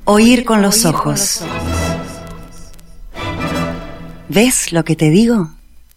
Oír con los ojos. ¿Ves lo que te digo?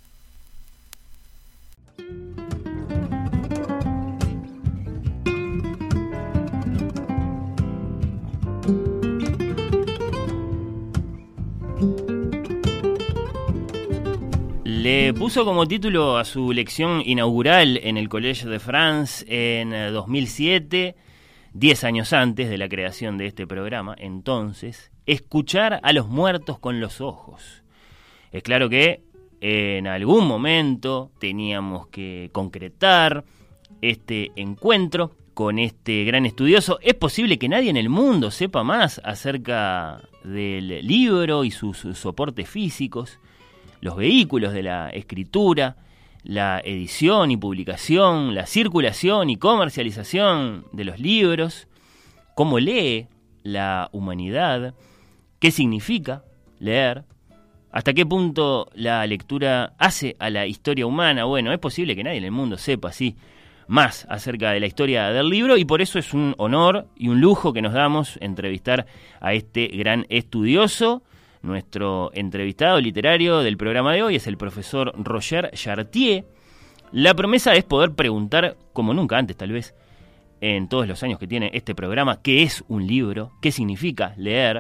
Le puso como título a su lección inaugural en el Collège de France en 2007, 10 años antes de la creación de este programa, entonces, escuchar a los muertos con los ojos. Es claro que en algún momento teníamos que concretar este encuentro con este gran estudioso. Es posible que nadie en el mundo sepa más acerca del libro y sus soportes físicos, los vehículos de la escritura, la edición y publicación, la circulación y comercialización de los libros, cómo lee la humanidad, qué significa leer, hasta qué punto la lectura hace a la historia humana. Bueno, es posible que nadie en el mundo sepa así más acerca de la historia del libro, y por eso es un honor y un lujo que nos damos entrevistar a este gran estudioso. Nuestro entrevistado literario del programa de hoy es el profesor Roger Chartier. La promesa es poder preguntar, como nunca antes tal vez, en todos los años que tiene este programa, qué es un libro, qué significa leer.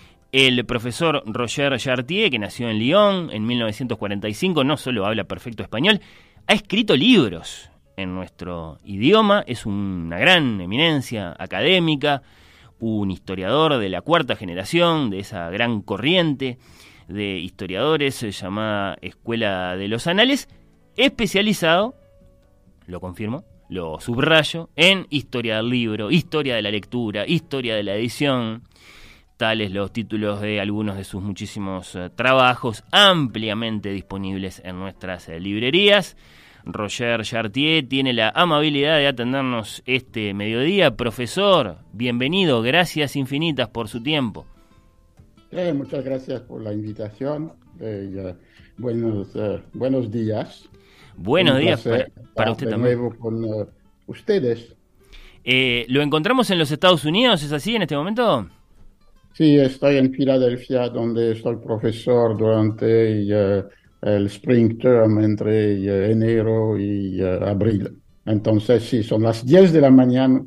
El profesor Roger Chartier, que nació en Lyon en 1945, no solo habla perfecto español, ha escrito libros en nuestro idioma, es una gran eminencia académica, un historiador de la cuarta generación, de esa gran corriente de historiadores llamada Escuela de los Anales, especializado, lo confirmo, lo subrayo, en historia del libro, historia de la lectura, historia de la edición, tales los títulos de algunos de sus muchísimos trabajos ampliamente disponibles en nuestras librerías. Roger Chartier tiene la amabilidad de atendernos este mediodía. Profesor, bienvenido, gracias infinitas por su tiempo. Muchas gracias por la invitación. Buenos días. Buenos días para usted también. De nuevo con ustedes. ¿Lo encontramos en los Estados Unidos? ¿Es así en este momento? Sí, estoy en Filadelfia, donde soy profesor durante el spring term entre enero y abril. Entonces, sí, son las 10 de la mañana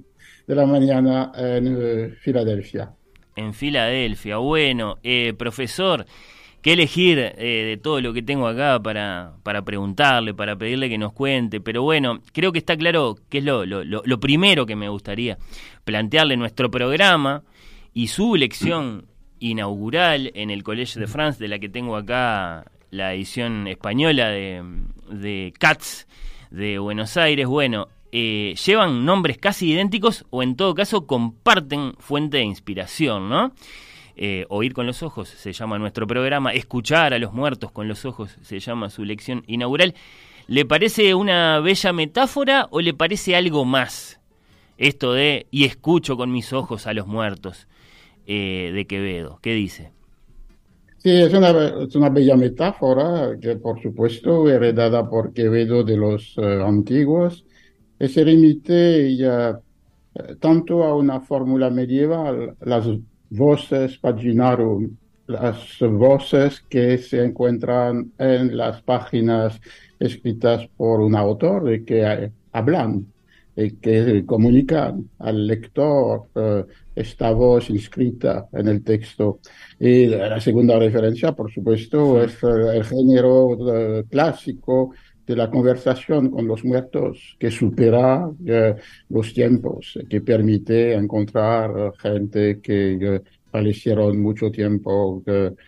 en Filadelfia. En Filadelfia, bueno, profesor, ¿qué elegir de todo lo que tengo acá para preguntarle, para pedirle que nos cuente? Pero bueno, creo que está claro que es lo primero que me gustaría plantearle nuestro programa y su lección inaugural en el Collège de France, de la que tengo acá la edición española de Katz de Buenos Aires. Bueno, llevan nombres casi idénticos o en todo caso comparten fuente de inspiración, ¿no? Oír con los ojos se llama nuestro programa, escuchar a los muertos con los ojos se llama su lección inaugural. ¿Le parece una bella metáfora o le parece algo más esto de y escucho con mis ojos a los muertos de Quevedo? ¿Qué dice? Sí, es una bella metáfora que, por supuesto, heredada por Quevedo de los antiguos, y se remite ya tanto a una fórmula medieval, las voces paginarum, las voces que se encuentran en las páginas escritas por un autor y que hablan y que comunican al lector esta voz inscrita en el texto. Y la segunda referencia, por supuesto, es el género clásico de la conversación con los muertos, que supera los tiempos, que permite encontrar gente que fallecieron mucho tiempo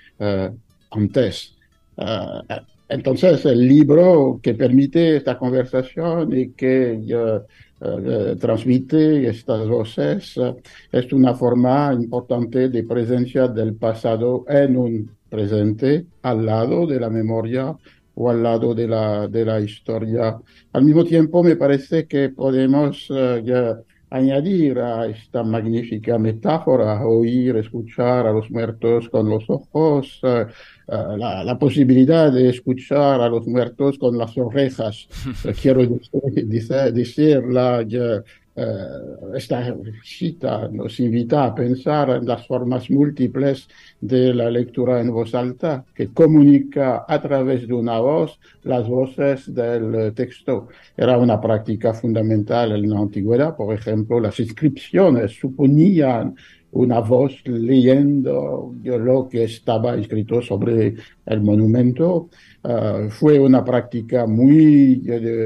antes. Entonces, el libro que permite esta conversación y que transmite estas voces es una forma importante de presencia del pasado en un presente al lado de la memoria o al lado de la historia. Al mismo tiempo, me parece que podemos añadir a esta magnífica metáfora, oír, escuchar a los muertos con los ojos, la posibilidad de escuchar a los muertos con las orejas. Quiero decir esta cita nos invita a pensar en las formas múltiples de la lectura en voz alta, que comunica a través de una voz las voces del texto. Era una práctica fundamental en la antigüedad. Por ejemplo, las inscripciones suponían una voz leyendo lo que estaba escrito sobre el monumento. Fue una práctica muy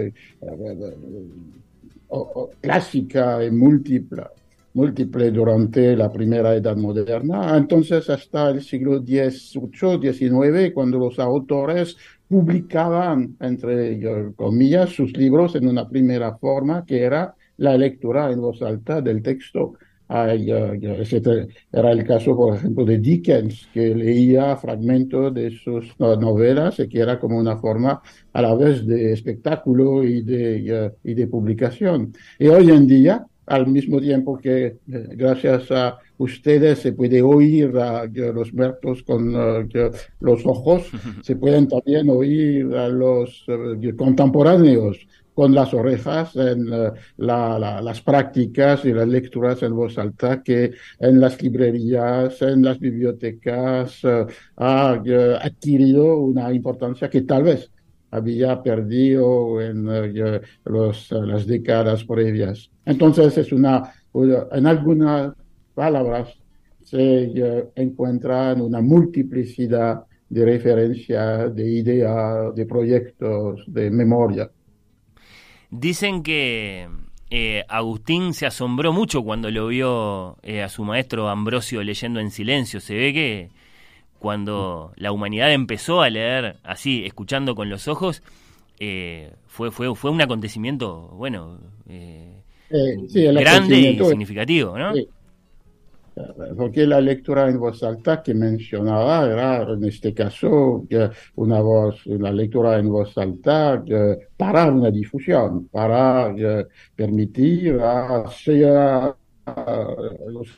clásica y múltiple durante la primera edad moderna. Entonces, hasta el siglo XVIII, XIX, cuando los autores publicaban, entre comillas, sus libros en una primera forma, que era la lectura en voz alta del texto. Ese era el caso, por ejemplo, de Dickens, que leía fragmentos de sus novelas y que era como una forma a la vez de espectáculo y de publicación. Y hoy en día, al mismo tiempo que gracias a ustedes se puede oír a los muertos con los ojos, se pueden también oír a los contemporáneos con las orejas en las prácticas y las lecturas en voz alta que en las librerías, en las bibliotecas ha adquirido una importancia que tal vez había perdido en las décadas previas. Entonces en algunas palabras se encuentran una multiplicidad de referencias, de ideas, de proyectos, de memoria. Dicen que Agustín se asombró mucho cuando lo vio a su maestro Ambrosio leyendo en silencio. Se ve que cuando la humanidad empezó a leer así, escuchando con los ojos, fue un acontecimiento, bueno, sí, grande y significativo, ¿no? Sí, porque la lectura en voz alta que mencionaba era, en este caso, una lectura en voz alta para una difusión, para permitir a los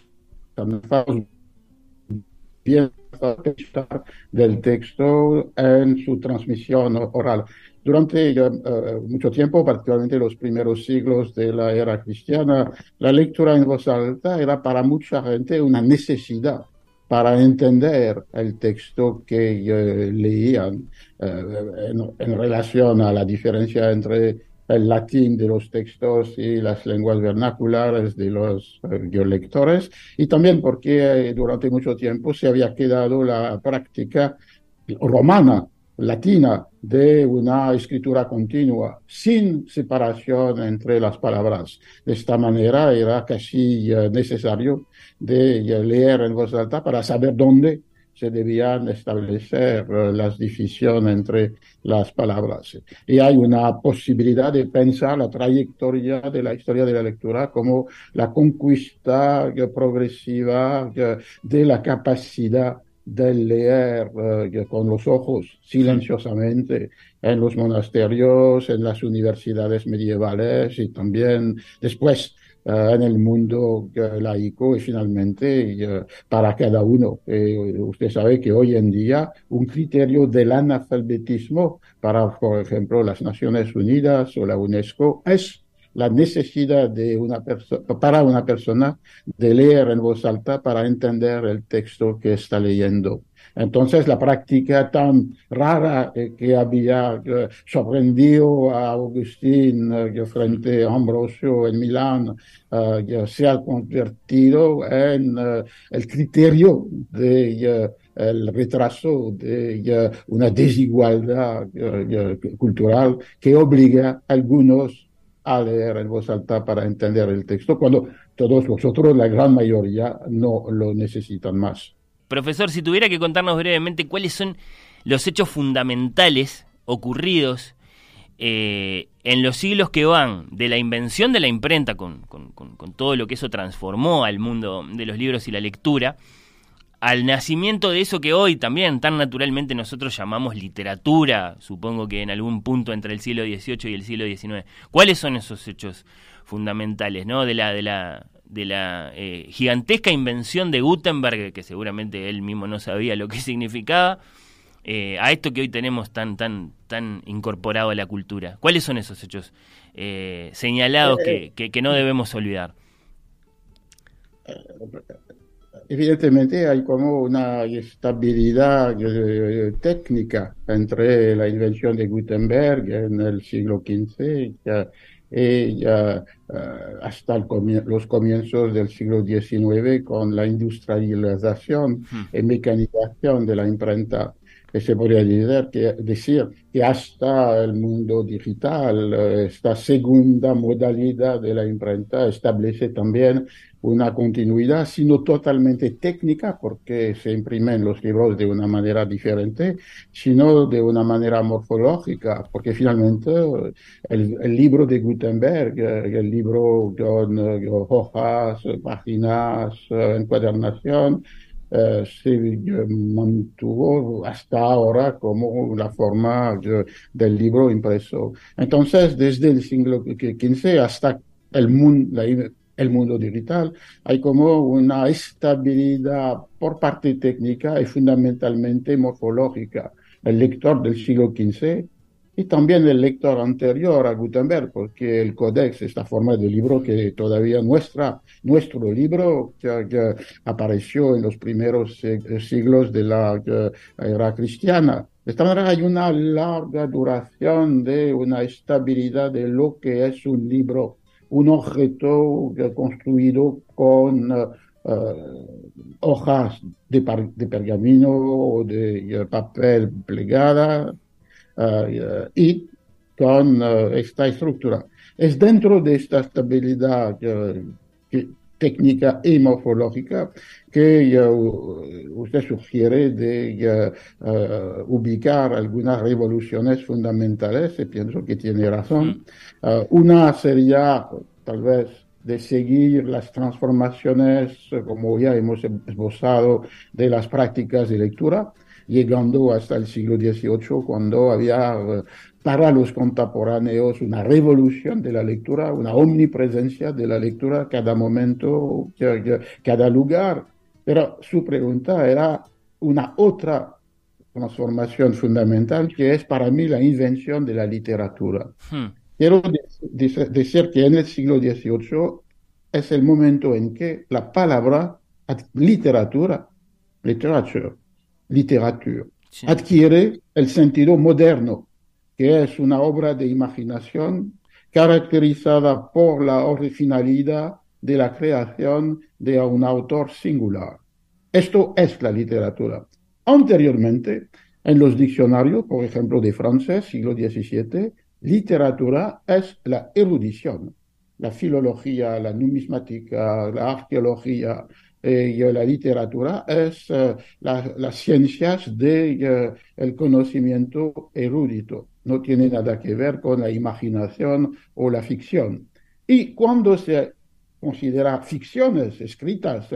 bienestar del texto en su transmisión oral. Durante mucho tiempo, particularmente los primeros siglos de la era cristiana, la lectura en voz alta era para mucha gente una necesidad para entender el texto que leían en relación a la diferencia entre el latín de los textos y las lenguas vernaculares de los lectores, y también porque durante mucho tiempo se había quedado la práctica romana, latina, de una escritura continua, sin separación entre las palabras. De esta manera era casi necesario de leer en voz alta para saber dónde se debían establecer las divisiones entre las palabras. Y hay una posibilidad de pensar la trayectoria de la historia de la lectura como la conquista progresiva de la capacidad de leer con los ojos silenciosamente en los monasterios, en las universidades medievales y también después en el mundo laico y finalmente para cada uno. Usted sabe que hoy en día un criterio del analfabetismo para, por ejemplo, las Naciones Unidas o la UNESCO es la necesidad de para una persona de leer en voz alta para entender el texto que está leyendo. Entonces, la práctica tan rara que había sorprendido a Agustín frente a Ambrosio en Milán se ha convertido en el criterio de el retraso de una desigualdad cultural que obliga a algunos a leer en voz alta para entender el texto, cuando todos los otros, la gran mayoría, no lo necesitan más. Profesor, si tuviera que contarnos brevemente cuáles son los hechos fundamentales ocurridos en los siglos que van de la invención de la imprenta, con todo lo que eso transformó al mundo de los libros y la lectura, al nacimiento de eso que hoy también tan naturalmente nosotros llamamos literatura, supongo que en algún punto entre el siglo XVIII y el siglo XIX. ¿Cuáles son esos hechos fundamentales, ¿no? de la gigantesca invención de Gutenberg, que seguramente él mismo no sabía lo que significaba, a esto que hoy tenemos tan incorporado a la cultura? ¿Cuáles son esos hechos señalados que no debemos olvidar? Evidentemente hay como una estabilidad técnica entre la invención de Gutenberg en el siglo XV hasta los comienzos del siglo XIX con la industrialización y mecanización de la imprenta. Que se podría decir que hasta el mundo digital, esta segunda modalidad de la imprenta establece también una continuidad, sino totalmente técnica, porque se imprimen los libros de una manera diferente, sino de una manera morfológica, porque finalmente el libro de Gutenberg, el libro con hojas, páginas, encuadernación, se mantuvo hasta ahora como la forma del libro impreso. Entonces, desde el siglo XV hasta el mundo digital, hay como una estabilidad por parte técnica y fundamentalmente morfológica. El lector del siglo XV y también el lector anterior a Gutenberg, porque el Codex, esta forma de libro que todavía nuestro libro que apareció en los primeros siglos de la era cristiana. De esta manera hay una larga duración de una estabilidad de lo que es un libro, un objeto construido con hojas de pergamino o de papel plegada, y con esta estructura. Es dentro de esta estabilidad técnica y morfológica que usted sugiere de ubicar algunas revoluciones fundamentales, y pienso que tiene razón. Una sería tal vez de seguir las transformaciones, como ya hemos esbozado, de las prácticas de lectura, llegando hasta el siglo XVIII, cuando había para los contemporáneos una revolución de la lectura, una omnipresencia de la lectura cada momento, cada lugar. Pero su pregunta era una otra transformación fundamental, que es para mí la invención de la literatura. Quiero decir que en el siglo XVIII es el momento en que la palabra literatura, Sí. adquiere el sentido moderno, que es una obra de imaginación caracterizada por la originalidad de la creación de un autor singular. Esto es la literatura. Anteriormente, en los diccionarios, por ejemplo, de francés, siglo XVII, literatura es la erudición, la filología, la numismática, la arqueología, la literatura es las ciencias del conocimiento erudito. No tiene nada que ver con la imaginación o la ficción. Y cuando se considera ficciones escritas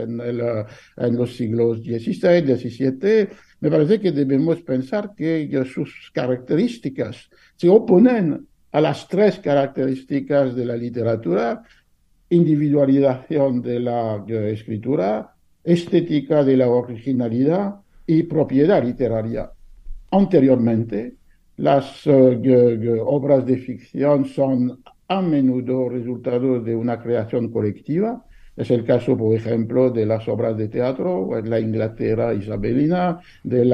en los siglos XVI, XVII, me parece que debemos pensar que sus características se oponen a las tres características de la literatura: individualización de la escritura, estética de la originalidad y propiedad literaria. Anteriormente, las obras de ficción son a menudo resultado de una creación colectiva. Es el caso, por ejemplo, de las obras de teatro en la Inglaterra isabelina, de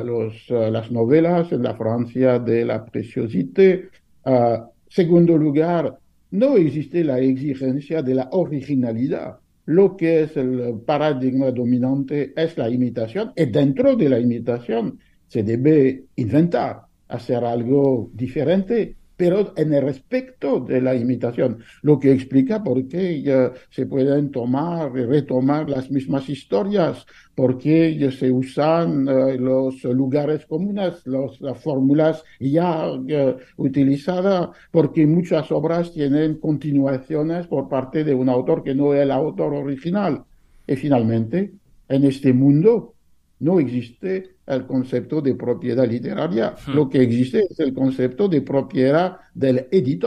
las novelas en la Francia de la Préciosité. Segundo lugar, no existe la exigencia de la originalidad. Lo que es el paradigma dominante es la imitación, y dentro de la imitación se debe inventar, hacer algo diferente, pero en el respecto de la imitación, lo que explica por qué se pueden tomar y retomar las mismas historias, por qué se usan los lugares comunes, las fórmulas ya utilizadas, porque muchas obras tienen continuaciones por parte de un autor que no es el autor original. Y finalmente, en este mundo no existe el concepto de propiedad literaria. Lo que existe es el concepto de propiedad del editor.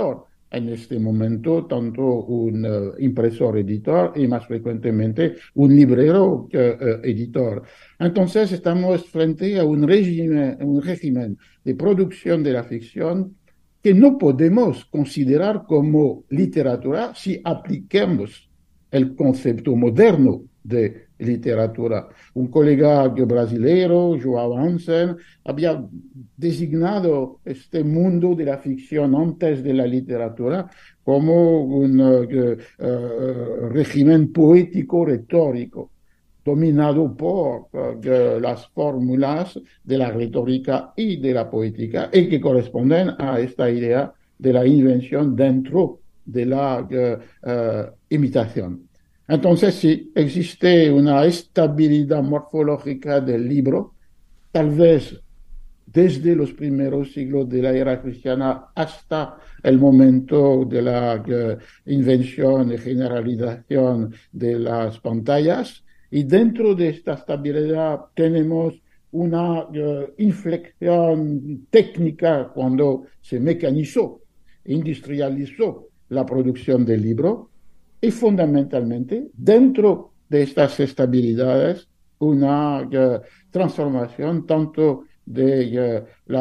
en este momento tanto un impresor editor y más frecuentemente un librero editor. Entonces estamos frente a un régimen de producción de la ficción que no podemos considerar como literatura si aplicamos el concepto moderno de literatura. Un colega brasileño, João Hansen, había designado este mundo de la ficción antes de la literatura como un régimen poético retórico dominado por las fórmulas de la retórica y de la poética y que corresponden a esta idea de la invención dentro de la imitación. Entonces, sí, existe una estabilidad morfológica del libro, tal vez desde los primeros siglos de la era cristiana hasta el momento de la invención y generalización de las pantallas. Y dentro de esta estabilidad tenemos una inflexión técnica cuando se mecanizó, industrializó la producción del libro y fundamentalmente dentro de estas estabilidades una transformación tanto de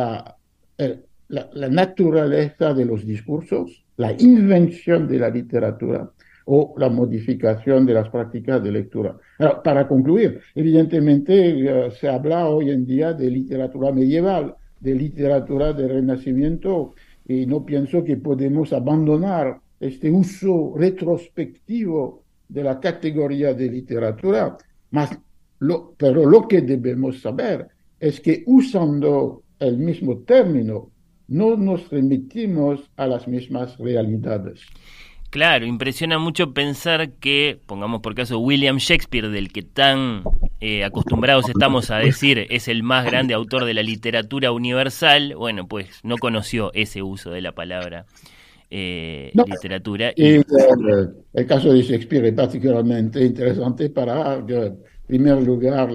la naturaleza de los discursos, la invención de la literatura o la modificación de las prácticas de lectura. Ahora, para concluir, evidentemente se habla hoy en día de literatura medieval, de literatura del Renacimiento, y no pienso que podemos abandonar este uso retrospectivo de la categoría de literatura, pero lo que debemos saber es que usando el mismo término no nos remitimos a las mismas realidades. Claro, impresiona mucho pensar que, pongamos por caso William Shakespeare, del que tan acostumbrados estamos a decir es el más grande autor de la literatura universal, bueno, pues no conoció ese uso de la palabra literatura. El caso de Shakespeare es particularmente interesante para, en primer lugar,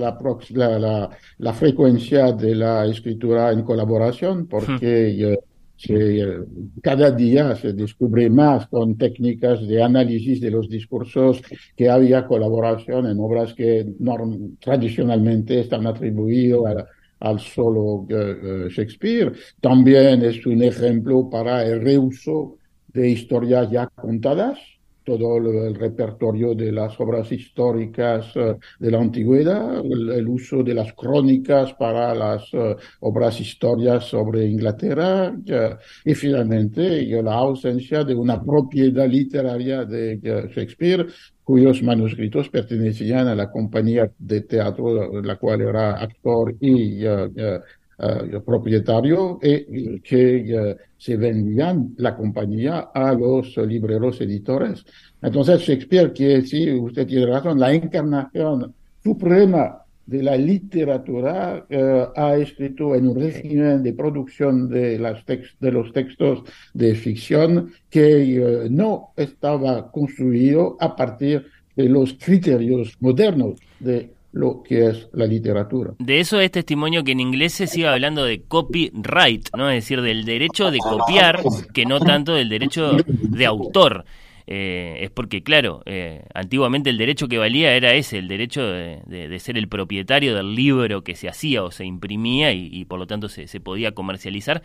la frecuencia de la escritura en colaboración, porque cada día se descubre más con técnicas de análisis de los discursos que había colaboración en obras que tradicionalmente están atribuidas al solo Shakespeare. También es un ejemplo para el reuso de historias ya contadas, todo el repertorio de las obras históricas de la antigüedad, el uso de las crónicas para las obras historias sobre Inglaterra, y finalmente la ausencia de una propiedad literaria de Shakespeare, cuyos manuscritos pertenecían a la compañía de teatro, la cual era actor y propietario, y que se vendían la compañía a los libreros editores. Entonces Shakespeare, que sí, usted tiene razón, la encarnación suprema de la literatura, ha escrito en un régimen de producción de los textos de ficción que no estaba construido a partir de los criterios modernos de lo que es la literatura. De eso es testimonio que en inglés se sigue hablando de copyright, ¿no? Es decir, del derecho de copiar, que no tanto del derecho de autor. Es porque, claro, antiguamente el derecho que valía era ese, el derecho de ser el propietario del libro que se hacía o se imprimía y por lo tanto se podía comercializar.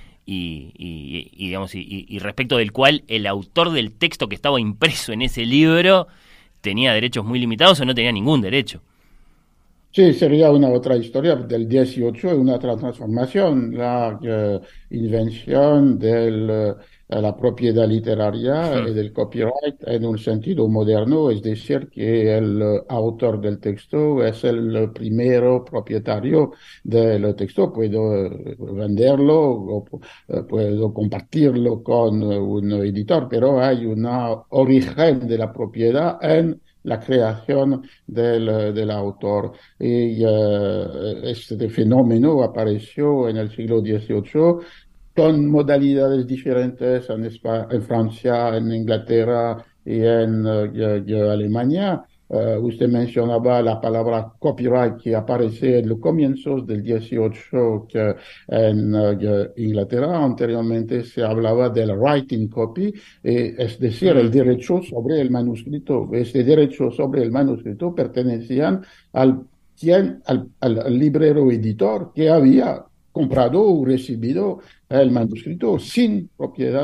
Digamos, y respecto del cual el autor del texto que estaba impreso en ese libro tenía derechos muy limitados o no tenía ningún derecho. Sí, sería una otra historia del 18, una otra transformación, la invención de la propiedad literaria y del copyright en un sentido moderno, es decir, que el autor del texto es el primero propietario del texto. Puedo venderlo o puedo compartirlo con un editor, pero hay una origen de la propiedad en la creación del autor. Y este fenómeno apareció en el siglo XVIII con modalidades diferentes en Francia, en Inglaterra y en Alemania. Usted mencionaba la palabra copyright que aparece en los comienzos del 18 que en Inglaterra. Anteriormente se hablaba del writing copy, es decir, el Mm, derecho sobre el manuscrito. Este derecho sobre el manuscrito pertenecían al, al librero editor que había comprado o recibido el manuscrito sin propiedad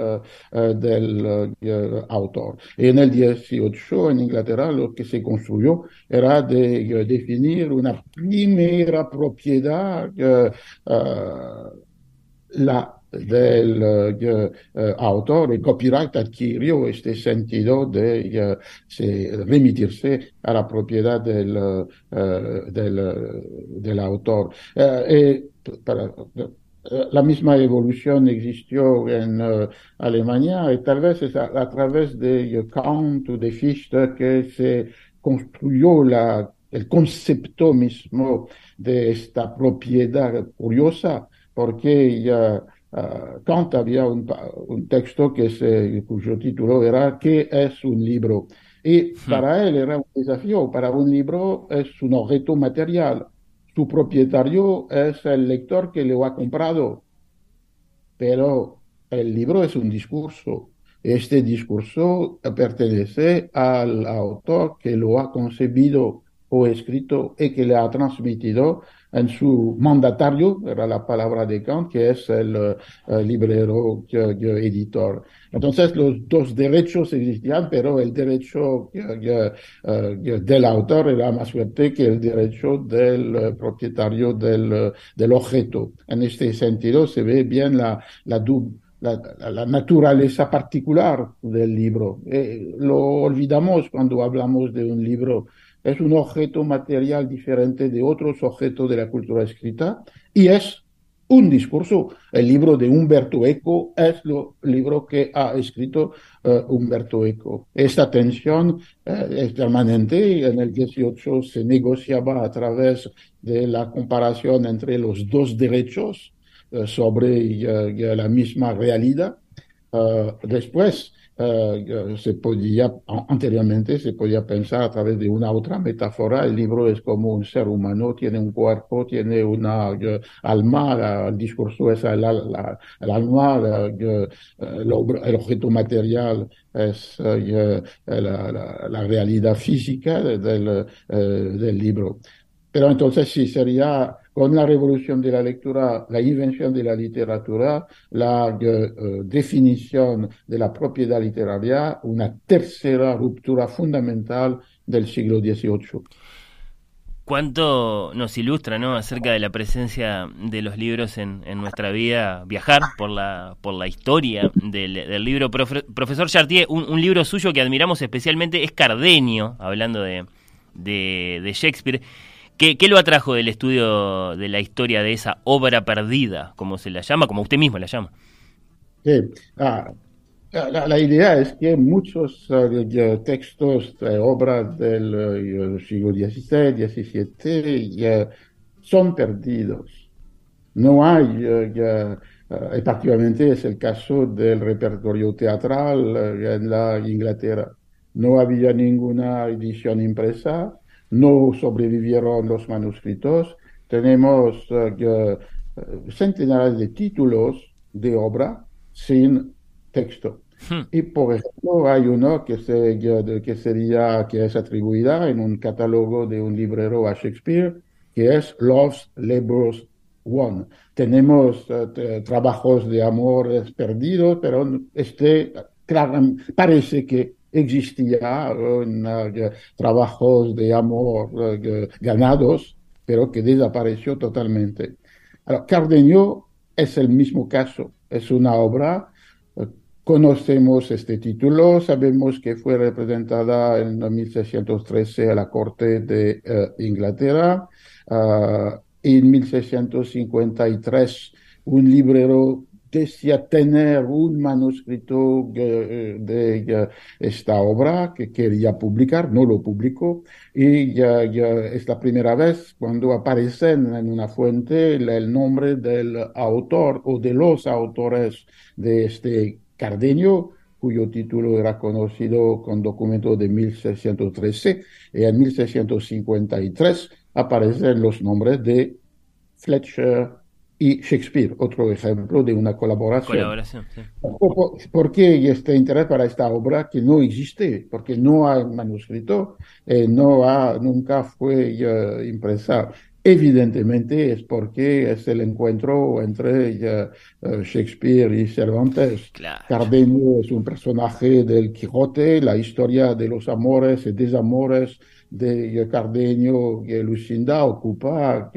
del autor. En el 18 en Inglaterra lo que se construyó era de definir una primera propiedad la del autor. El copyright adquirió este sentido de remitirse a la propiedad del autor. Para, la misma evolución existió en Alemania y tal vez es a través de Kant o de Fichte que se construyó el concepto mismo de esta propiedad curiosa, porque ya Kant había un texto cuyo título era ¿Qué es un libro? Y mm. para él era un desafío. Para un libro es un objeto material. Su propietario es el lector que lo ha comprado, pero el libro es un discurso. Este discurso pertenece al autor que lo ha concebido o escrito y que le ha transmitido en su mandatario, era la palabra de Kant, que es el librero editor. Entonces, los dos derechos existían, pero el derecho del autor era más fuerte que el derecho del propietario del objeto. En este sentido, se ve bien la naturaleza particular del libro. Lo olvidamos cuando hablamos de un libro. Es un objeto material diferente de otros objetos de la cultura escrita y es un discurso. El libro de Humberto Eco es el libro que ha escrito Humberto Eco. Esta tensión es permanente. En el 18 se negociaba a través de la comparación entre los dos derechos sobre la misma realidad. Después, anteriormente se podía pensar a través de una otra metáfora. El libro es como un ser humano, tiene un cuerpo, tiene una alma, el discurso es el alma, el objeto material es la realidad física del libro. Pero entonces sí, sería con la revolución de la lectura, la invención de la literatura, la definición de la propiedad literaria, una tercera ruptura fundamental del siglo XVIII. Cuánto nos ilustra, ¿no?, acerca de la presencia de los libros en nuestra vida, viajar por la historia del libro. Profesor Chartier, un libro suyo que admiramos especialmente es Cardenio, hablando de Shakespeare. ¿Qué lo atrajo del estudio de la historia de esa obra perdida, como se la llama, como usted mismo la llama? Sí. Ah, la idea es que muchos textos, obras del siglo XVI, XVII, son perdidos. No hay, particularmente es el caso del repertorio teatral en la Inglaterra. No había ninguna edición impresa, no sobrevivieron los manuscritos. Tenemos centenares de títulos de obra sin texto. Hmm. Y por ejemplo, hay uno que es atribuida en un catálogo de un librero a Shakespeare, que es Love's Labour's Won. Tenemos trabajos de amores perdidos, pero parece que existía trabajos de amor ganados, pero que desapareció totalmente. Ahora, Cardenio es el mismo caso, es una obra. eh, Conocemos este título, sabemos que fue representada en 1613 a la corte de Inglaterra. En 1653, un librero decía tener un manuscrito de esta obra que quería publicar, no lo publicó, y ya es la primera vez cuando aparece en una fuente el nombre del autor o de los autores de este Cardenio. cuyo título era conocido con documento de 1613, y en 1653 aparecen los nombres de Fletcher y Shakespeare, otro ejemplo de una colaboración. Colaboración, sí. ¿Por qué este interés para esta obra que no existe? Porque no hay manuscrito, nunca fue impresa. Evidentemente es porque es el encuentro entre Shakespeare y Cervantes. Claro. Cardenio es un personaje del Quijote, la historia de los amores y desamores de Cardenio y Lucinda ocupa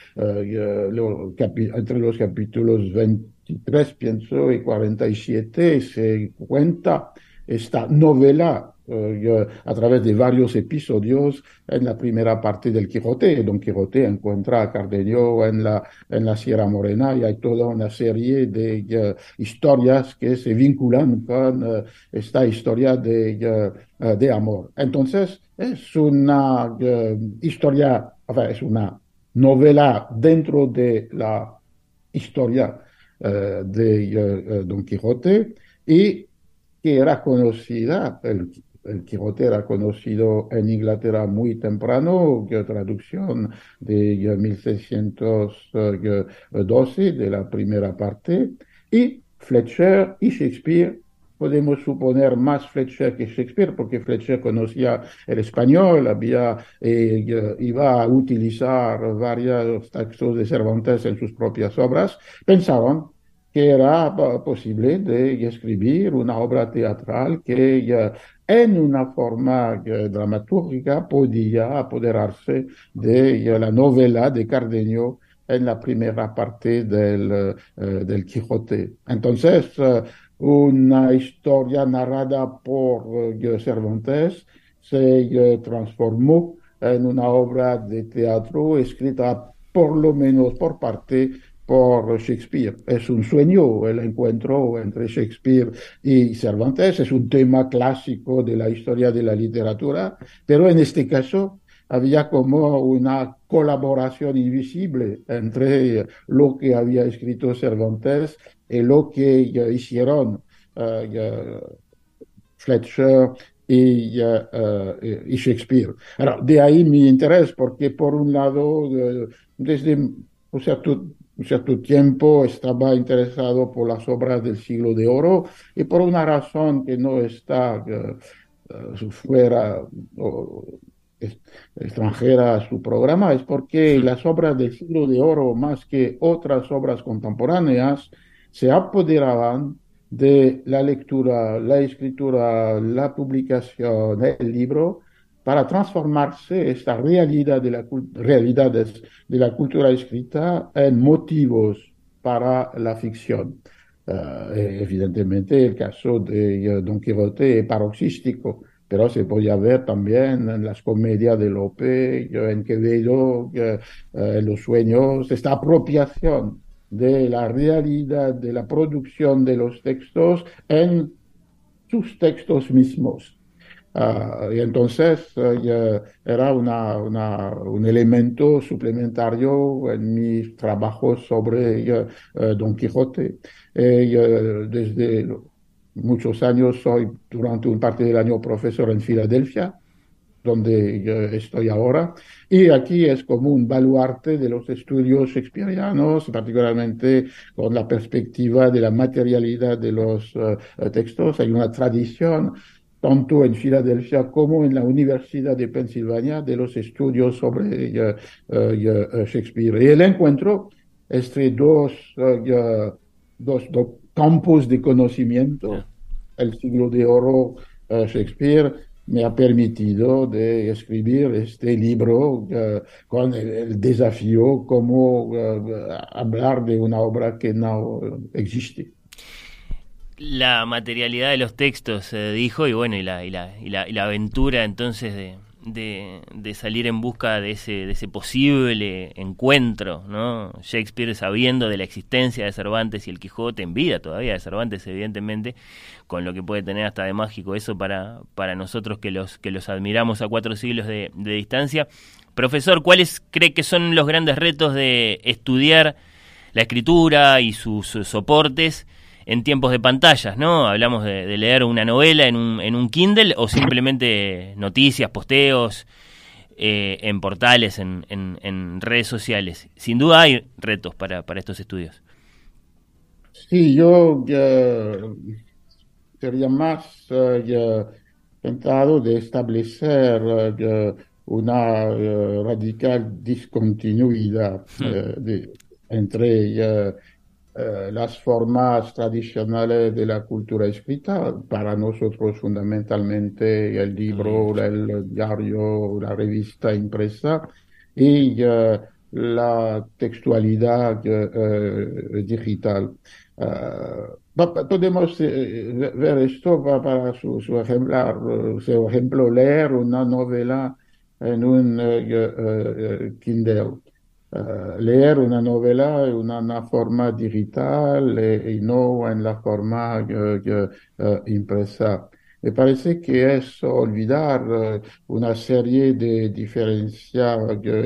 entre los capítulos 23, pienso, y 47 se cuenta esta novela a través de varios episodios en la primera parte del Quijote. Don Quijote encuentra a Cardenio en la Sierra Morena y hay toda una serie de historias que se vinculan con esta historia de amor. Entonces, es una historia, es una novela dentro de la historia de Don Quijote y que era conocida, el Quijote era conocido en Inglaterra muy temprano, traducción de 1612 de la primera parte, y Fletcher y Shakespeare. Podemos suponer más Fletcher que Shakespeare, porque Fletcher conocía el español, iba a utilizar varios textos de Cervantes en sus propias obras. Pensaban que era posible de escribir una obra teatral que en una forma dramatúrgica podía apoderarse de la novela de Cardenio en la primera parte del Quijote. Entonces, una historia narrada por Cervantes se transformó en una obra de teatro escrita por lo menos por parte por Shakespeare. Es un sueño el encuentro entre Shakespeare y Cervantes, es un tema clásico de la historia de la literatura, pero en este caso había como una colaboración invisible entre lo que había escrito Cervantes y lo que hicieron Fletcher y Shakespeare. Ahora, de ahí mi interés, porque por un lado, desde un cierto tiempo estaba interesado por las obras del Siglo de Oro y por una razón que no está fuera o extranjera a su programa, es porque las obras del Siglo de Oro, más que otras obras contemporáneas, se apoderaban de la lectura, la escritura, la publicación, el libro, para transformarse esta realidad realidades de la cultura escrita en motivos para la ficción. Evidentemente, el caso de Don Quijote es paroxístico, pero se podía ver también en las comedias de Lope, en Quevedo, en Los Sueños, esta apropiación de la realidad de la producción de los textos en sus textos mismos. Y entonces era un elemento suplementario en mis trabajos sobre Don Quijote. Desde muchos años soy durante una parte del año profesor en Filadelfia, donde yo estoy ahora, y aquí es como un baluarte de los estudios shakespearianos, particularmente con la perspectiva de la materialidad de los textos. Hay una tradición tanto en Filadelfia como en la Universidad de Pensilvania, de los estudios sobre Shakespeare. Y el encuentro entre dos campos de conocimiento, el siglo de oro Shakespeare, me ha permitido de escribir este libro con el desafío como hablar de una obra que no existe. La materialidad de los textos, dijo, y bueno, y la aventura entonces de salir en busca de ese posible encuentro, ¿no? Shakespeare sabiendo de la existencia de Cervantes y el Quijote, en vida todavía de Cervantes, evidentemente, con lo que puede tener hasta de mágico eso para nosotros que los admiramos a 4 siglos de distancia. Profesor, ¿cuáles cree que son los grandes retos de estudiar la escritura y sus soportes en tiempos de pantallas, ¿no? Hablamos de leer una novela en un Kindle o simplemente noticias, posteos, en portales, en redes sociales. Sin duda hay retos para estos estudios. Sí, yo sería más tentado de establecer una radical discontinuidad entre las formas tradicionales de la cultura escrita, para nosotros fundamentalmente el libro, el diario, la revista impresa, y la textualidad digital. Podemos ver esto para su ejemplo, leer una novela en un Kindle. Leer una novela en una forma digital y no en la forma impresa. Me parece que es olvidar una serie de diferencias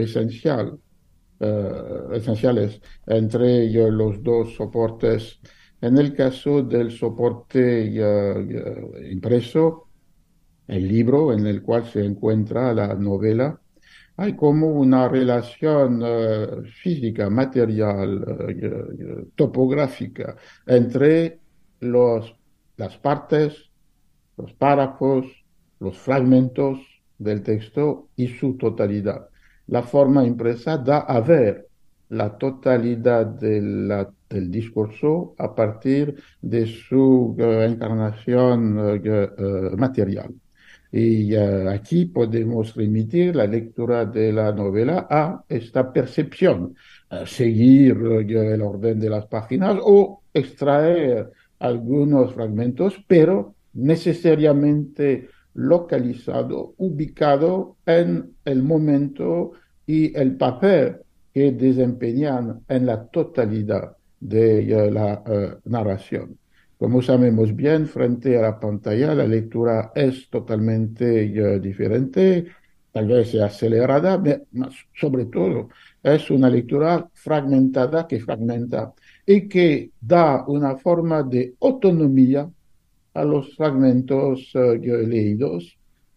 esenciales entre los dos soportes. En el caso del soporte impreso, el libro en el cual se encuentra la novela, hay como una relación física, material, topográfica entre los, las partes, los párrafos, los fragmentos del texto y su totalidad. La forma impresa da a ver la totalidad del discurso a partir de su encarnación material. Y aquí podemos remitir la lectura de la novela a esta percepción, seguir el orden de las páginas o extraer algunos fragmentos, pero necesariamente localizado, ubicado en el momento y el papel que desempeñan en la totalidad de la narración. Como sabemos bien, frente a la pantalla la lectura es totalmente diferente, tal vez sea acelerada, pero sobre todo es una lectura fragmentada que fragmenta y que da una forma de autonomía a los fragmentos leídos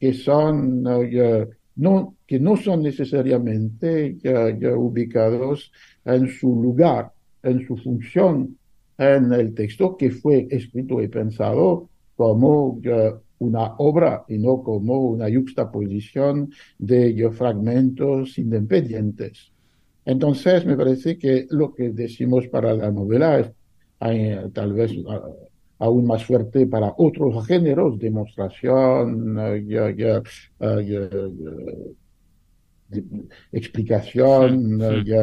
que no son necesariamente ubicados en su lugar, en su función en el texto que fue escrito y pensado como una obra y no como una yuxtaposición de fragmentos independientes. Entonces, me parece que lo que decimos para la novela es tal vez aún más fuerte para otros géneros, demostración, explicación,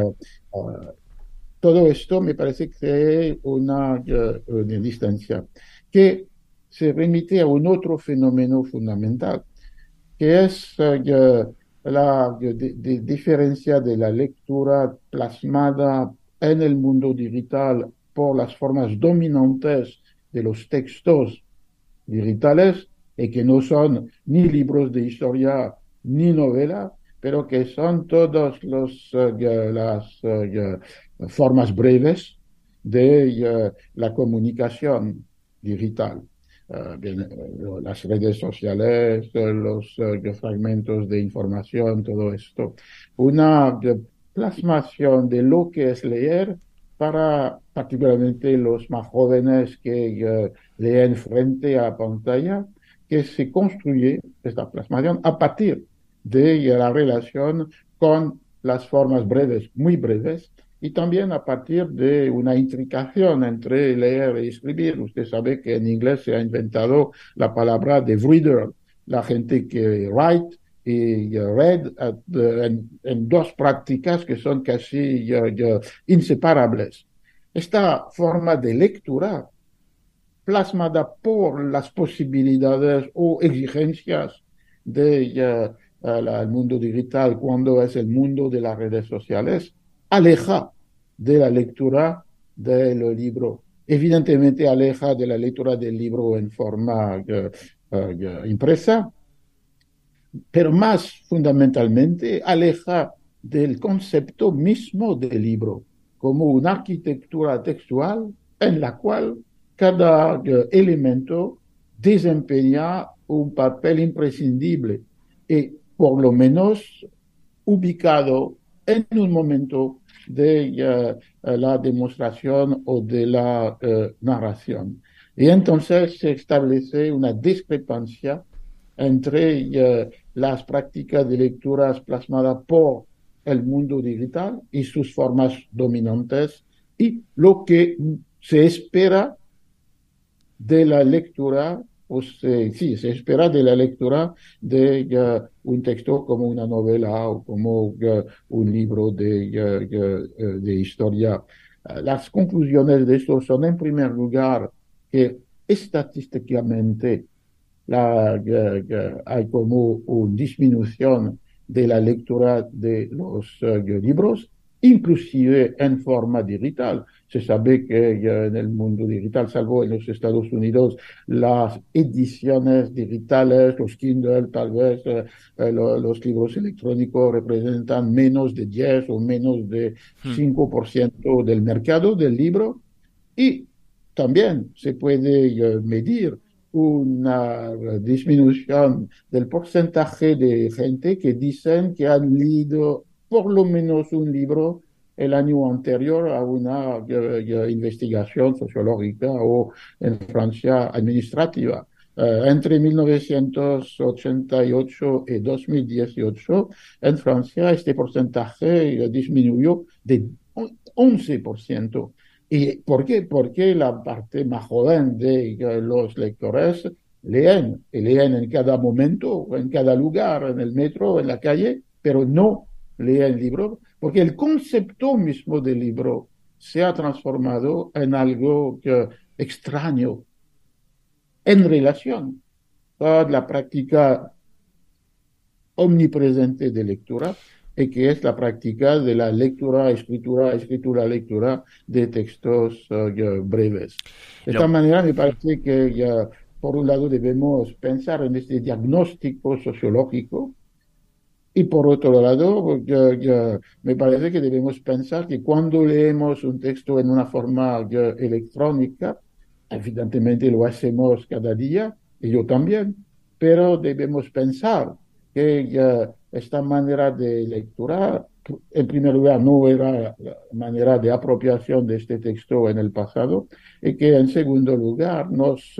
todo esto me parece que es una distancia que se remite a un otro fenómeno fundamental, que es la diferencia de la lectura plasmada en el mundo digital por las formas dominantes de los textos digitales y que no son ni libros de historia ni novela, pero que son todas las formas breves de la comunicación digital. Las redes sociales, los fragmentos de información, todo esto. Una plasmación de lo que es leer para particularmente los más jóvenes que leen frente a la pantalla, que se construye esta plasmación a partir de la relación con las formas breves, muy breves, y también a partir de una intricación entre leer y escribir. Usted sabe que en inglés se ha inventado la palabra de reader, la gente que write y read en dos prácticas que son casi inseparables. Esta forma de lectura plasmada por las posibilidades o exigencias del mundo digital cuando es el mundo de las redes sociales, aleja de la lectura del libro. Evidentemente aleja de la lectura del libro en forma impresa, pero más fundamentalmente aleja del concepto mismo del libro como una arquitectura textual en la cual cada elemento desempeña un papel imprescindible y por lo menos ubicado en un momento de la demostración o de la narración. Y entonces se establece una discrepancia entre las prácticas de lecturas plasmadas por el mundo digital y sus formas dominantes y lo que se espera de la lectura, sí, se espera de la lectura de un texto como una novela o como un libro de historia. Las conclusiones de esto son, en primer lugar, que estadísticamente hay como una disminución de la lectura de los libros, inclusive en forma digital. Se sabe que en el mundo digital, salvo en los Estados Unidos, las ediciones digitales, los Kindle, tal vez los libros electrónicos representan menos de 10 o menos de 5% del mercado del libro. Y también se puede medir una disminución del porcentaje de gente que dicen que han leído por lo menos un libro el año anterior a una investigación sociológica o en Francia administrativa. Entre 1988 y 2018, en Francia este porcentaje disminuyó de 11%. ¿Y por qué? Porque la parte más joven de los lectores leen, y leen en cada momento, en cada lugar, en el metro, en la calle, pero no leen libros, porque el concepto mismo del libro se ha transformado en algo extraño en relación con la práctica omnipresente de lectura, y que es la práctica de la lectura, lectura de textos breves. De esta manera, me parece que por un lado debemos pensar en este diagnóstico sociológico y por otro lado, me parece que debemos pensar que cuando leemos un texto en una forma electrónica, evidentemente lo hacemos cada día, y yo también, pero debemos pensar que esta manera de lectura, en primer lugar, no era la manera de apropiación de este texto en el pasado, y que en segundo lugar nos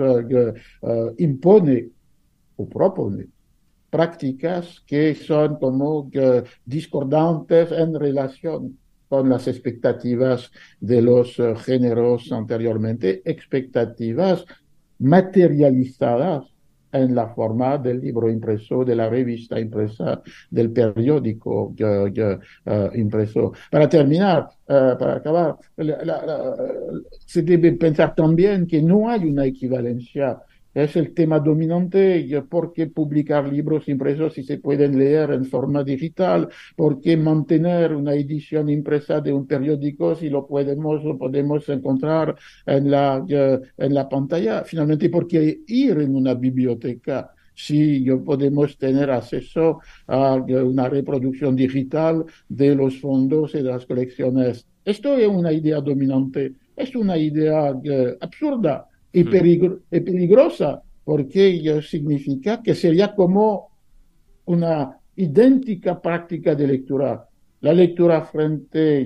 impone o propone prácticas que son como discordantes en relación con las expectativas de los géneros anteriormente, expectativas materializadas en la forma del libro impreso, de la revista impresa, del periódico impreso. Para terminar, para acabar, se debe pensar también que no hay una equivalencia. Es el tema dominante. ¿Por qué publicar libros impresos si se pueden leer en forma digital? ¿Por qué mantener una edición impresa de un periódico si lo podemos encontrar en la pantalla? Finalmente, ¿por qué ir en una biblioteca si podemos tener acceso a una reproducción digital de los fondos y de las colecciones? Esto es una idea dominante, es una idea absurda y peligrosa, porque significa que sería como una idéntica práctica de lectura. La lectura frente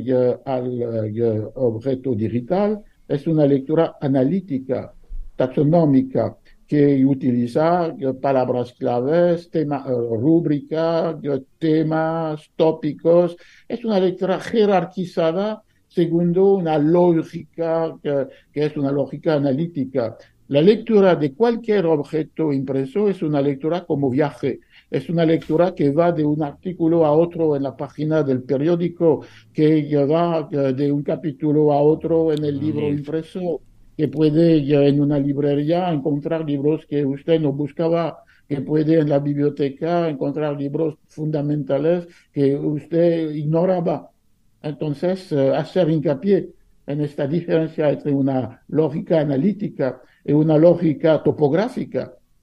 al objeto digital es una lectura analítica, taxonómica, que utiliza palabras claves, rúbrica, temas, tópicos. Es una lectura jerarquizada segundo una lógica que es una lógica analítica. La lectura de cualquier objeto impreso es una lectura como viaje. Es una lectura que va de un artículo a otro en la página del periódico, que va de un capítulo a otro en el libro impreso, que puede en una librería encontrar libros que usted no buscaba, que puede en la biblioteca encontrar libros fundamentales que usted ignoraba. Entonces, hacer hincapié en esta diferencia entre una lógica analítica y una lógica topográfica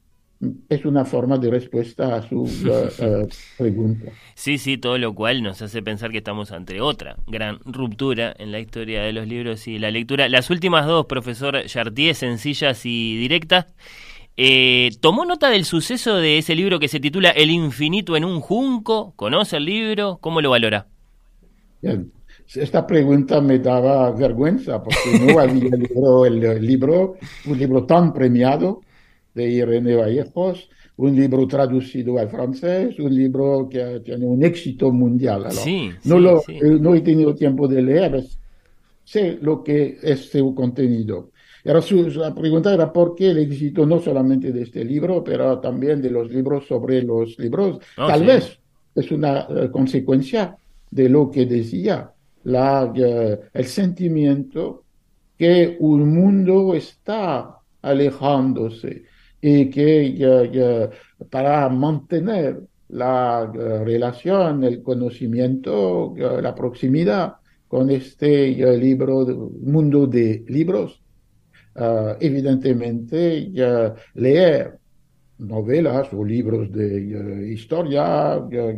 es una forma de respuesta a su pregunta. Sí, sí, todo lo cual nos hace pensar que estamos ante otra gran ruptura en la historia de los libros y la lectura. Las últimas dos, profesor Chartier, sencillas y directas. ¿Tomó nota del suceso de ese libro que se titula El infinito en un junco? ¿Conoce el libro? ¿Cómo lo valora? Bien. Esta pregunta me daba vergüenza porque no había leído un libro tan premiado de Irene Vallejos, un libro traducido al francés, un libro que tiene un éxito mundial. Sí, sí, sí. No he tenido tiempo de leer, sé lo que es su contenido. La pregunta era por qué el éxito no solamente de este libro, pero también de los libros sobre los libros. Oh, Tal sí. vez es una consecuencia de lo que decía, el sentimiento que un mundo está alejándose y que para mantener la relación, el conocimiento, la proximidad con este mundo de libros, evidentemente leer novelas o libros de historia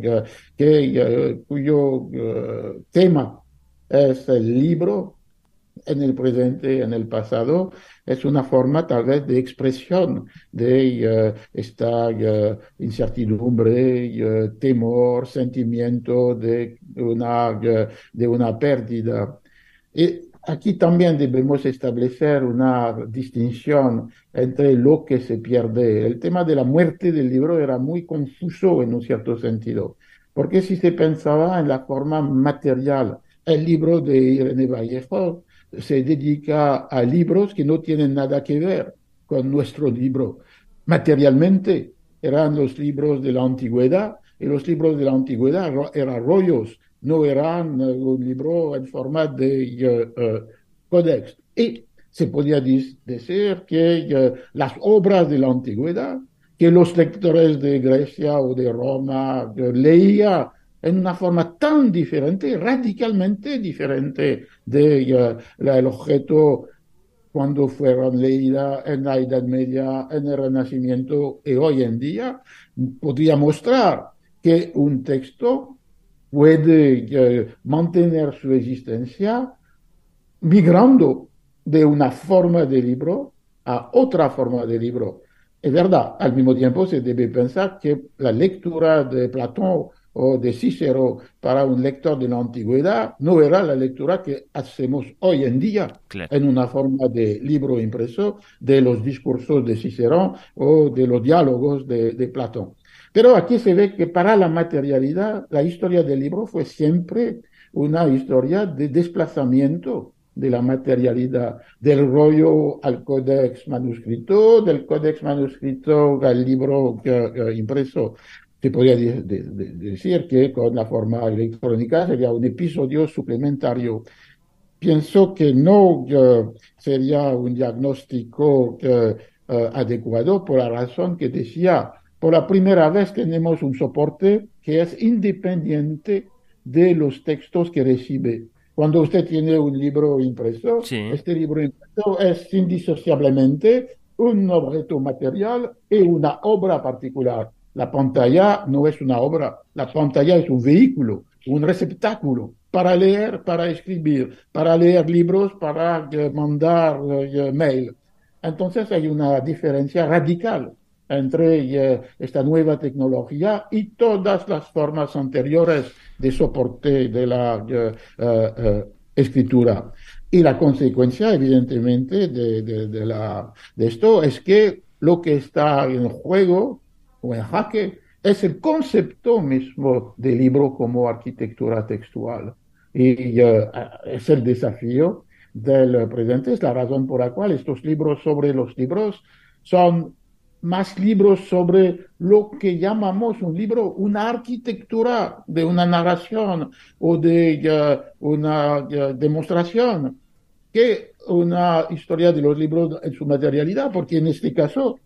cuyo tema es el libro en el presente, en el pasado, es una forma tal vez de expresión de esta incertidumbre, temor, sentimiento de una pérdida. Y aquí también debemos establecer una distinción entre lo que se pierde. El tema de la muerte del libro era muy confuso en un cierto sentido, porque si se pensaba en la forma material, el libro de Irene Vallejo se dedica a libros que no tienen nada que ver con nuestro libro. Materialmente eran los libros de la antigüedad y los libros de la antigüedad eran rollos, no eran un libro en forma de códex. Y se podía decir que las obras de la antigüedad, que los lectores de Grecia o de Roma leían en una forma tan diferente, radicalmente diferente del objeto cuando fueron leídas en la Edad Media, en el Renacimiento y hoy en día, podría mostrar que un texto puede mantener su existencia migrando de una forma de libro a otra forma de libro. Es verdad, al mismo tiempo se debe pensar que la lectura de Platón o de Cícero para un lector de la antigüedad no era la lectura que hacemos hoy en día Claro. en una forma de libro impreso de los discursos de Cicerón o de los diálogos de Platón. Pero aquí se ve que para la materialidad la historia del libro fue siempre una historia de desplazamiento de la materialidad, del rollo al códex manuscrito, del códex manuscrito al libro impreso. Se podría decir que con la forma electrónica sería un episodio suplementario. Pienso que no sería un diagnóstico adecuado por la razón que decía, por la primera vez tenemos un soporte que es independiente de los textos que recibe. Cuando usted tiene un libro impreso, Sí. este libro impreso es indisociablemente un objeto material y una obra particular. La pantalla no es una obra, la pantalla es un vehículo, un receptáculo para leer, para escribir, para leer libros, para mandar mail. Entonces hay una diferencia radical entre esta nueva tecnología y todas las formas anteriores de soporte de la escritura. Y la consecuencia, evidentemente, de esto es que lo que está en juego o en jaque es el concepto mismo del libro como arquitectura textual. Y es el desafío del presente, es la razón por la cual estos libros sobre los libros son más libros sobre lo que llamamos un libro, una arquitectura de una narración o de una demostración, que una historia de los libros en su materialidad, porque en este caso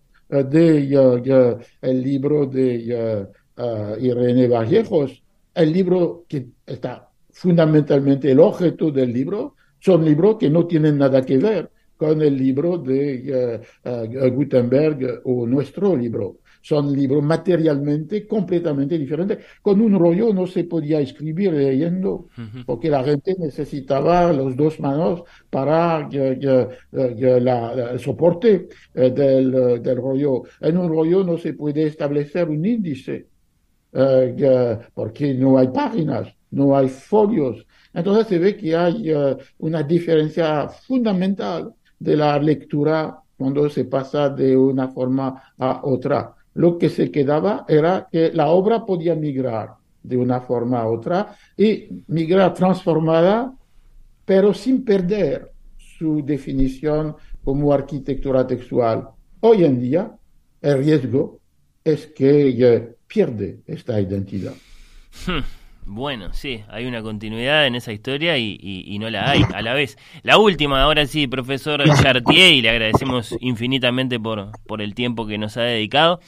el libro de Irene Vallejos, el libro que está fundamentalmente el objeto del libro, son libros que no tienen nada que ver con el libro de Gutenberg o nuestro libro. son libros materialmente completamente diferentes. Con un rollo no se podía escribir leyendo, porque la gente necesitaba las dos manos para el soporte del rollo. En un rollo no se puede establecer un índice porque no hay páginas, no hay folios. Entonces se ve que hay una diferencia fundamental de la lectura cuando se pasa de una forma a otra. Lo que se quedaba era que la obra podía migrar de una forma a otra y migrar transformada, pero sin perder su definición como arquitectura textual. Hoy en día, el riesgo es que pierde esta identidad. Bueno, sí, hay una continuidad en esa historia y no la hay a la vez. La última, ahora sí, profesor Chartier, y le agradecemos infinitamente por el tiempo que nos ha dedicado.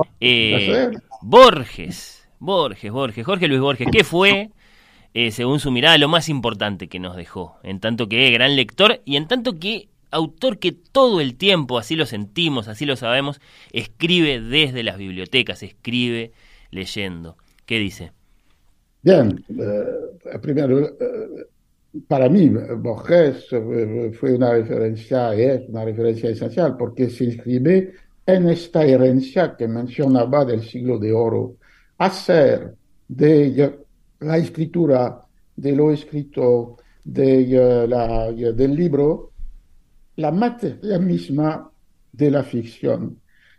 Jorge Luis Borges, ¿qué fue, según su mirada, lo más importante que nos dejó? En tanto que gran lector y en tanto que autor que todo el tiempo, así lo sentimos, así lo sabemos, escribe desde las bibliotecas, escribe leyendo. ¿Qué dice? Bien, primero, para mí, Borges fue una referencia, es una referencia esencial, porque se inscribe en esta herencia que mencionaba del siglo de oro, hacer de la escritura, de lo escrito, del libro, la materia misma de la ficción.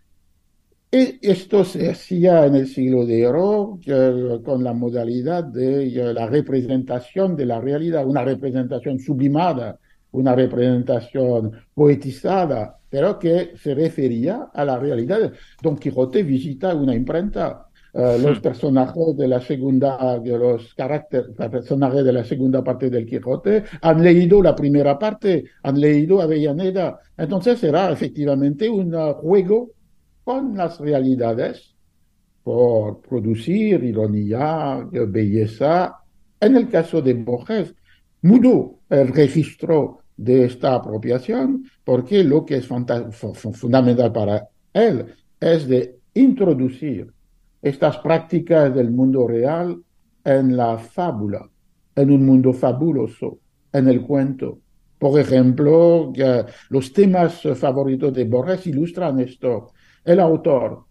Y esto se hacía en el siglo de oro con la modalidad de la representación de la realidad, una representación sublimada, una representación poetizada, pero que se refería a la realidad. Don Quijote visita una imprenta. Los personajes de la segunda, los personajes de la segunda parte del Quijote han leído la primera parte, han leído Avellaneda. Entonces era efectivamente un juego con las realidades por producir ironía, belleza. En el caso de Borges, mudó el registro de esta apropiación porque lo que es fundamental para él es de introducir estas prácticas del mundo real en la fábula, en un mundo fabuloso, en el cuento. Por ejemplo, los temas favoritos de Borges ilustran esto. El autor,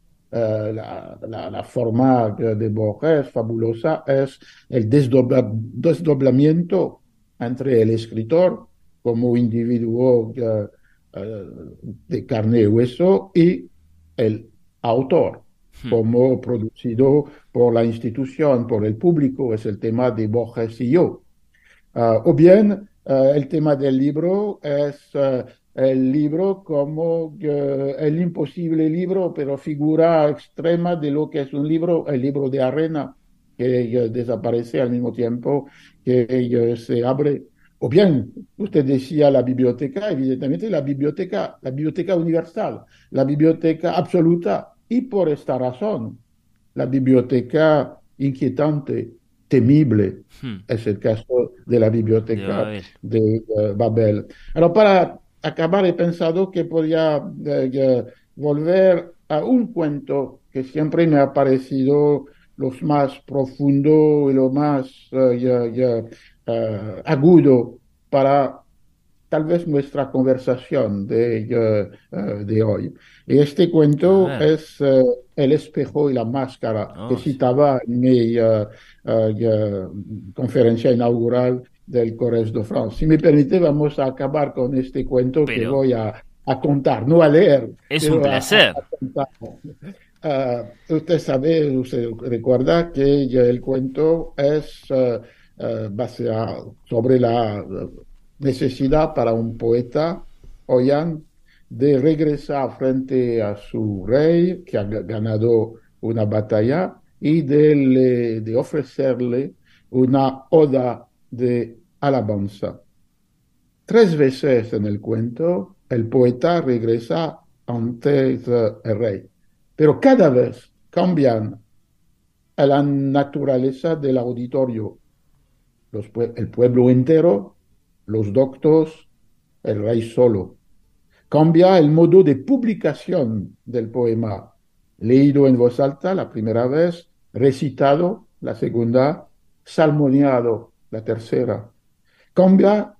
la forma de Borges fabulosa es el desdoblamiento entre el escritor como individuo de carne y hueso y el autor como producido por la institución, por el público. Es el tema de Borges y yo. O bien, el tema del libro es el libro como el imposible libro, pero figura extrema de lo que es un libro, el libro de arena, que desaparece al mismo tiempo que se abre. O bien, usted decía la biblioteca, evidentemente la biblioteca universal, la biblioteca absoluta, y por esta razón, la biblioteca inquietante, temible, es el caso de la biblioteca de Babel. Ahora, para acabar, he pensado que podía volver a un cuento que siempre me ha parecido los más profundo y lo más agudo para tal vez nuestra conversación de hoy. Y este cuento es El espejo y la máscara, que citaba en mi conferencia inaugural del Collège de France. Si me permite, vamos a acabar con este cuento que voy a contar, no a leer. Es un placer. Usted sabe, usted recuerda que el cuento es baseado sobre la necesidad para un poeta, Oyan, de regresar frente a su rey que ha ganado una batalla y de ofrecerle una oda de alabanza. 3 veces en el cuento el poeta regresa ante el rey, pero cada vez cambian la naturaleza del auditorio, el pueblo entero, los doctos, el rey solo. Cambia el modo de publicación del poema. leído en voz alta la primera vez, recitado la segunda, salmodiado la tercera. Cambia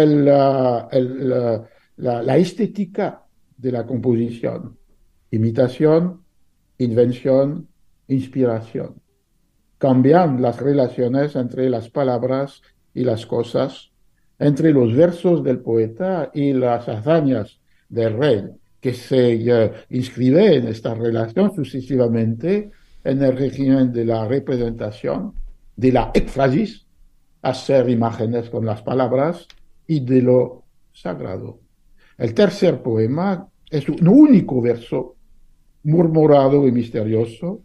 la estética de la composición. Imitación, invención, inspiración. Cambian las relaciones entre las palabras y las cosas, entre los versos del poeta y las hazañas del rey, que se inscribe en esta relación sucesivamente en el régimen de la representación, de la éfrasis, hacer imágenes con las palabras, y de lo sagrado. El tercer poema es un único verso murmurado y misterioso,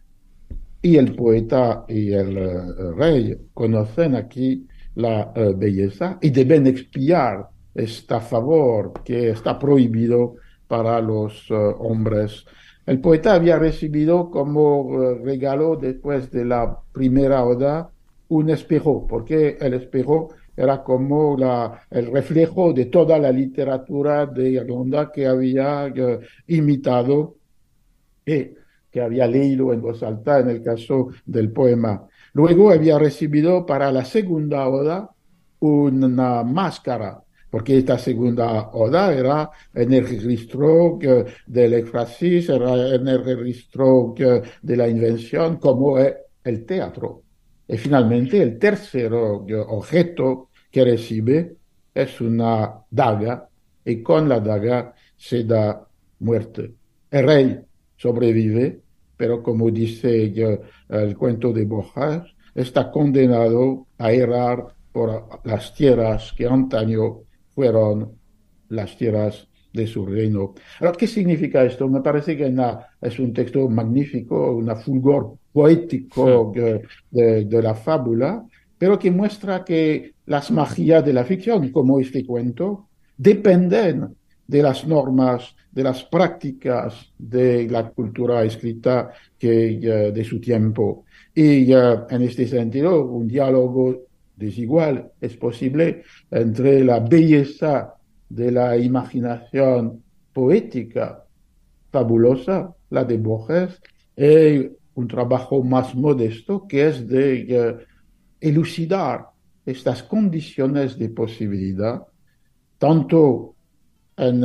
y el poeta y el rey conocen aquí la belleza y deben expiar este favor que está prohibido para los hombres. El poeta había recibido como regalo después de la primera oda un espejo, porque el espejo era como el reflejo de toda la literatura de Irlanda que había imitado y que había leído en voz alta en el caso del poema. Luego había recibido para la segunda oda una máscara, porque esta segunda oda era en el registro del éfrasis, era en el registro de la invención, como es el teatro. Y finalmente el tercer objeto que recibe es una daga, y con la daga se da muerte. El rey sobrevive, pero como dice el cuento de Borges, está condenado a errar por las tierras que antaño fueron las tierras de su reino. Ahora, ¿qué significa esto? Me parece que es un texto magnífico, un fulgor poético de la fábula, pero que muestra que las magías de la ficción, como este cuento, dependen de las normas, de las prácticas de la cultura escrita de su tiempo. Y en este sentido, un diálogo desigual es posible entre la belleza de la imaginación poética fabulosa, la de Borges, y un trabajo más modesto que es de elucidar estas condiciones de posibilidad, tanto en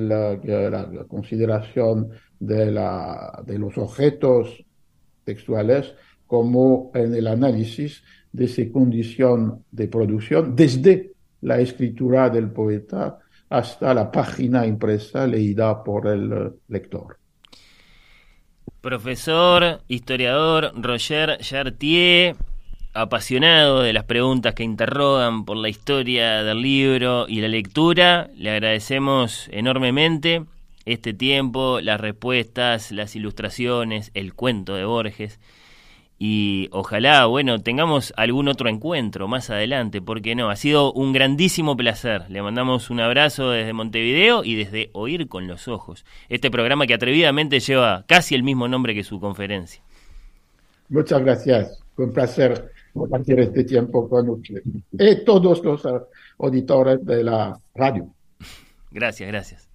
la consideración de los objetos textuales como en el análisis de esa condición de producción desde la escritura del poeta hasta la página impresa leída por el lector. Profesor, historiador Roger Chartier, apasionado de las preguntas que interrogan por la historia del libro y la lectura, le agradecemos enormemente este tiempo, las respuestas, las ilustraciones, el cuento de Borges, y ojalá, tengamos algún otro encuentro más adelante, porque no, ha sido un grandísimo placer. Le mandamos un abrazo desde Montevideo y desde Oír con los Ojos, este programa que atrevidamente lleva casi el mismo nombre que su conferencia. Muchas gracias, fue un placer compartir este tiempo con usted y todos los auditores de la radio. Gracias.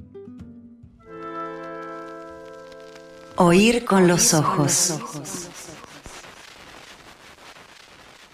Oír con los ojos.